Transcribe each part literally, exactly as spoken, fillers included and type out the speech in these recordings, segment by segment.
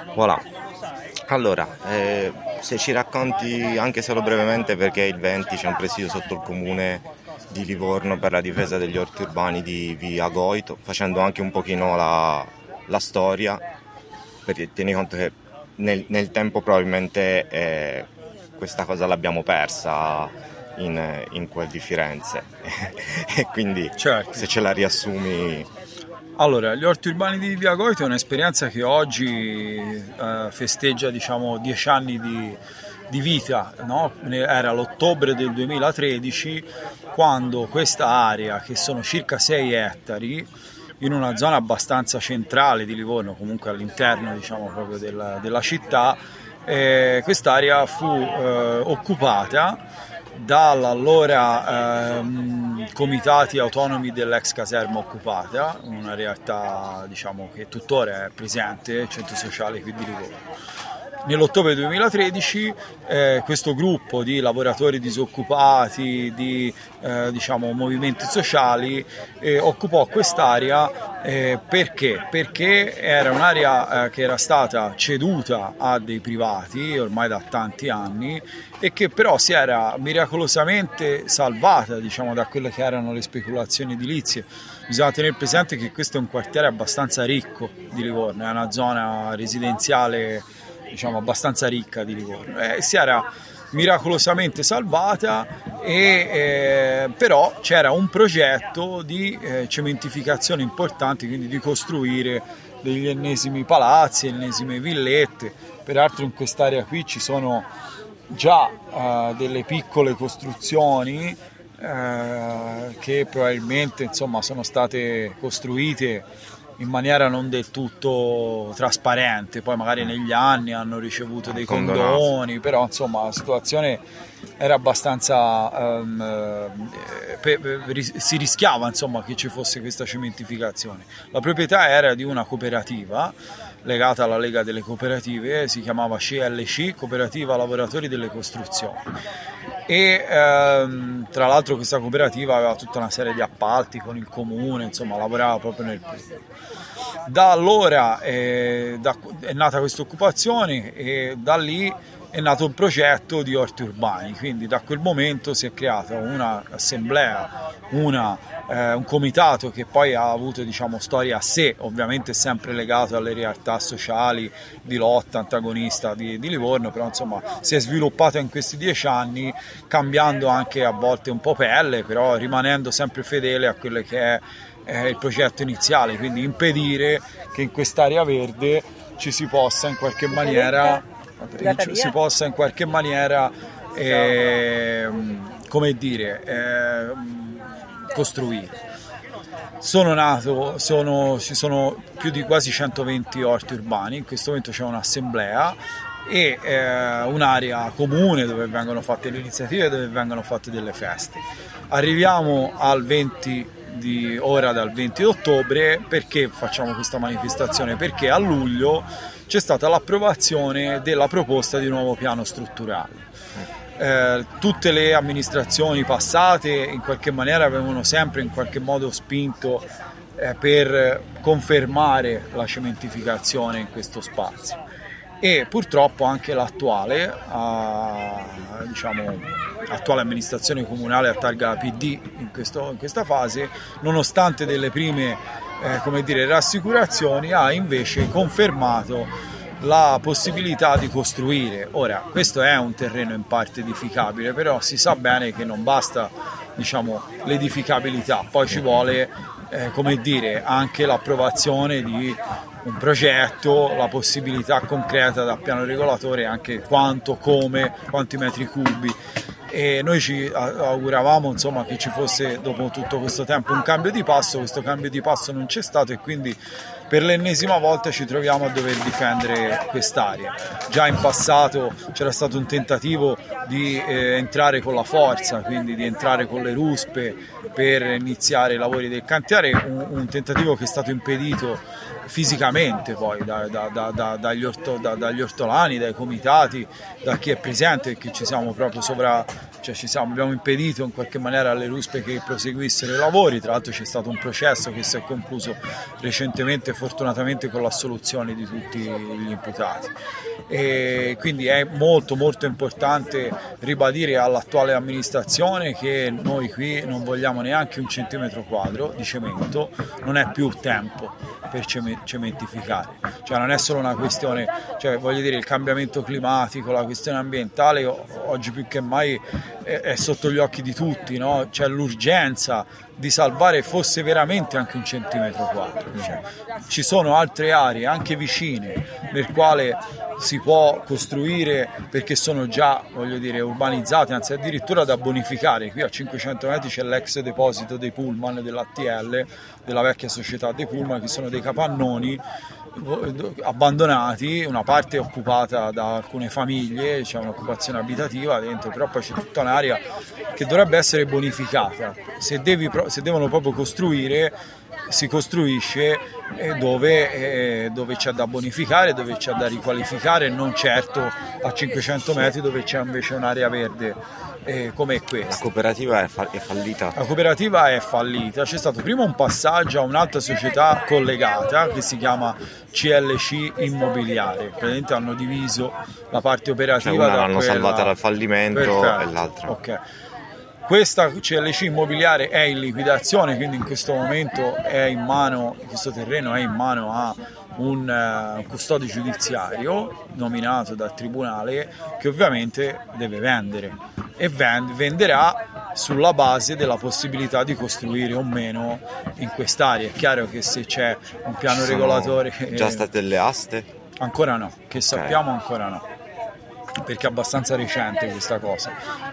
Voilà. Allora, eh, se ci racconti anche solo brevemente perché il venti c'è un presidio sotto il comune di Livorno per la difesa degli orti urbani di via Goito, facendo anche un pochino la, la storia, perché tieni conto che nel, nel tempo probabilmente eh, questa cosa l'abbiamo persa in, in quel di Firenze e quindi certo. Se ce la riassumi. Allora, gli orti urbani di via Goito è un'esperienza che oggi eh, festeggia, diciamo, dieci anni di, di vita, no? Era l'ottobre del duemilatredici quando questa area, che sono circa sei ettari, in una zona abbastanza centrale di Livorno, comunque all'interno, diciamo, proprio della, della città, eh, quest'area fu eh, occupata dall'allora ehm, comitati autonomi dell'ex caserma occupata, una realtà, diciamo, che tuttora è presente, centro sociale qui di Livorno. Nell'ottobre duemilatredici eh, questo gruppo di lavoratori disoccupati, di eh, diciamo, movimenti sociali eh, occupò quest'area eh, perché? Perché era un'area eh, che era stata ceduta a dei privati ormai da tanti anni e che però si era miracolosamente salvata, diciamo, da quelle che erano le speculazioni edilizie. Bisogna tenere presente che questo è un quartiere abbastanza ricco di Livorno, è una zona residenziale, diciamo, abbastanza ricca di Livorno, eh, si era miracolosamente salvata e eh, però c'era un progetto di eh, cementificazione importante, quindi di costruire degli ennesimi palazzi, ennesime villette. Peraltro in quest'area qui ci sono già eh, delle piccole costruzioni eh, che probabilmente, insomma, sono state costruite in maniera non del tutto trasparente, poi magari negli anni hanno ricevuto dei condoni, però insomma la situazione era abbastanza um, pe, pe, si rischiava, insomma, che ci fosse questa cementificazione. La proprietà era di una cooperativa legata alla Lega delle Cooperative, si chiamava C L C, Cooperativa Lavoratori delle Costruzioni, e ehm, tra l'altro questa cooperativa aveva tutta una serie di appalti con il comune, insomma lavorava proprio nel periodo. Da allora eh, da, è nata questa occupazione e da lì è nato un progetto di orti urbani, quindi da quel momento si è creata un'assemblea, una, eh, un comitato che poi ha avuto, diciamo, storia a sé, ovviamente sempre legato alle realtà sociali di lotta antagonista di, di Livorno, però insomma si è sviluppato in questi dieci anni, cambiando anche a volte un po' pelle, però rimanendo sempre fedele a quello che è eh, il progetto iniziale, quindi impedire che in quest'area verde ci si possa in qualche maniera si possa in qualche maniera eh, come dire eh, costruire. Sono nato, sono, ci sono più di quasi centoventi orti urbani, in questo momento c'è un'assemblea e eh, un'area comune dove vengono fatte le iniziative, dove vengono fatte delle feste. Arriviamo al venti di ora, dal venti ottobre. Perché facciamo questa manifestazione? Perché a luglio c'è stata l'approvazione della proposta di nuovo piano strutturale. Eh, tutte le amministrazioni passate in qualche maniera avevano sempre in qualche modo spinto eh, per confermare la cementificazione in questo spazio, e purtroppo anche l'attuale eh, diciamo, attuale amministrazione comunale a targa P D in, questo, in questa fase, nonostante delle prime Eh, come dire, rassicurazioni, ha invece confermato la possibilità di costruire. Ora, questo è un terreno in parte edificabile, però si sa bene che non basta, diciamo, l'edificabilità, poi ci vuole eh, come dire, anche l'approvazione di un progetto, la possibilità concreta dal piano regolatore, anche quanto, come, quanti metri cubi. E noi ci auguravamo, insomma, che ci fosse dopo tutto questo tempo un cambio di passo. Questo cambio di passo non c'è stato e quindi per l'ennesima volta ci troviamo a dover difendere quest'area. Già in passato c'era stato un tentativo di eh, entrare con la forza, quindi di entrare con le ruspe per iniziare i lavori del cantiere, un, un tentativo che è stato impedito fisicamente poi da, da, da, da, dagli, orto, da, dagli ortolani, dai comitati, da chi è presente, perché ci siamo proprio sovra, cioè ci siamo, abbiamo impedito in qualche maniera alle ruspe che proseguissero i lavori. Tra l'altro c'è stato un processo che si è concluso recentemente fortunatamente con l'assoluzione di tutti gli imputati, e quindi è molto molto importante ribadire all'attuale amministrazione che noi qui non vogliamo neanche un centimetro quadro di cemento, non è più tempo per cementificare, cioè non è solo una questione, cioè voglio dire, il cambiamento climatico, la questione ambientale oggi più che mai è, è sotto gli occhi di tutti, no? C'è l'urgenza di salvare fosse veramente anche un centimetro quadro, cioè, ci sono altre aree anche vicine nel quale si può costruire perché sono già, voglio dire, urbanizzate, anzi addirittura da bonificare. Qui a cinquecento metri c'è l'ex deposito dei pullman dell'A T L, della vecchia società dei pullman, che sono dei capannoni abbandonati, una parte occupata da alcune famiglie, c'è un'occupazione abitativa dentro, però poi c'è tutta un'area che dovrebbe essere bonificata. Se, devi, se devono proprio costruire, si costruisce dove, eh, dove c'è da bonificare, dove c'è da riqualificare, non certo a cinquecento metri dove c'è invece un'area verde eh, come questa. La cooperativa è, fa- è fallita? La cooperativa è fallita, c'è stato prima un passaggio a un'altra società collegata che si chiama C L C Immobiliare, praticamente hanno diviso la parte operativa, cioè una da l'hanno quella... salvata dal fallimento. Perfetto. E l'altra ok. Questa C L C Immobiliare è in liquidazione, quindi in questo momento è in mano, questo terreno è in mano a un uh, custode giudiziario nominato dal tribunale, che ovviamente deve vendere e vend- venderà sulla base della possibilità di costruire o meno in quest'area. È chiaro che se c'è un piano sono regolatore... già state delle aste? Ancora no, che sappiamo ancora no, perché è abbastanza recente questa cosa,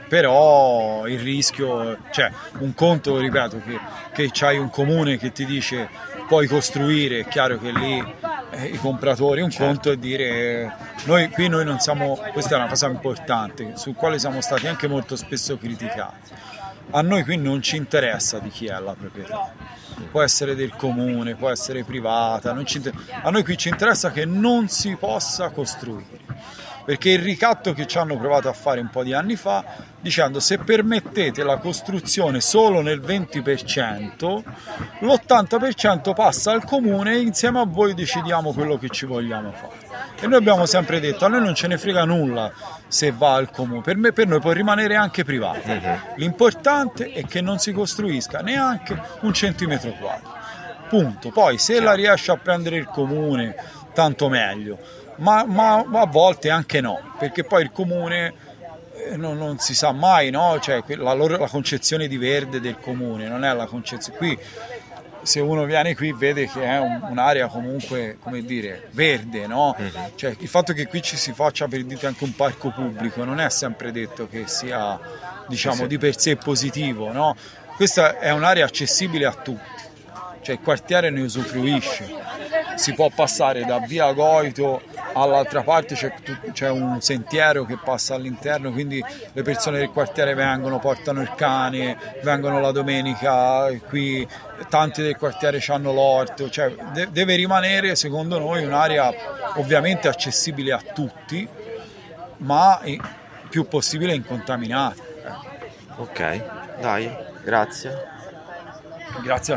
però il rischio, cioè un conto, ripeto, che, che c'hai un comune che ti dice puoi costruire, è chiaro che lì eh, i compratori, un certo. Conto è dire noi qui noi non siamo, questa è una cosa importante sul quale siamo stati anche molto spesso criticati, a noi qui non ci interessa di chi è la proprietà, può essere del comune, può essere privata, non ci inter... a noi qui ci interessa che non si possa costruire, perché il ricatto che ci hanno provato a fare un po' di anni fa, dicendo se permettete la costruzione solo nel venti per cento, l'ottanta per cento passa al comune e insieme a voi decidiamo quello che ci vogliamo fare. E noi abbiamo sempre detto, a noi non ce ne frega nulla se va al comune, per, me, per noi può rimanere anche privato, uh-huh. L'importante è che non si costruisca neanche un centimetro quadro, punto. Poi se la riesce a prendere il comune, tanto meglio. Ma, ma, ma a volte anche no, perché poi il comune eh, non, non si sa mai, no? Cioè, la, loro, la concezione di verde del comune non è la concezione qui. Se uno viene qui vede che è un, un'area comunque, come dire, verde, no? Uh-huh. Cioè, il fatto che qui ci si faccia per dire anche un parco pubblico non è sempre detto che sia, diciamo, sì, sì. di per sé positivo, no? Questa è un'area accessibile a tutti, cioè il quartiere ne usufruisce. Si può passare da via Goito all'altra parte, c'è, c'è un sentiero che passa all'interno, quindi le persone del quartiere vengono, portano il cane, vengono la domenica qui, tanti del quartiere hanno l'orto, cioè de- deve rimanere secondo noi un'area ovviamente accessibile a tutti, ma il più possibile incontaminata. Ok, dai, grazie. Grazie a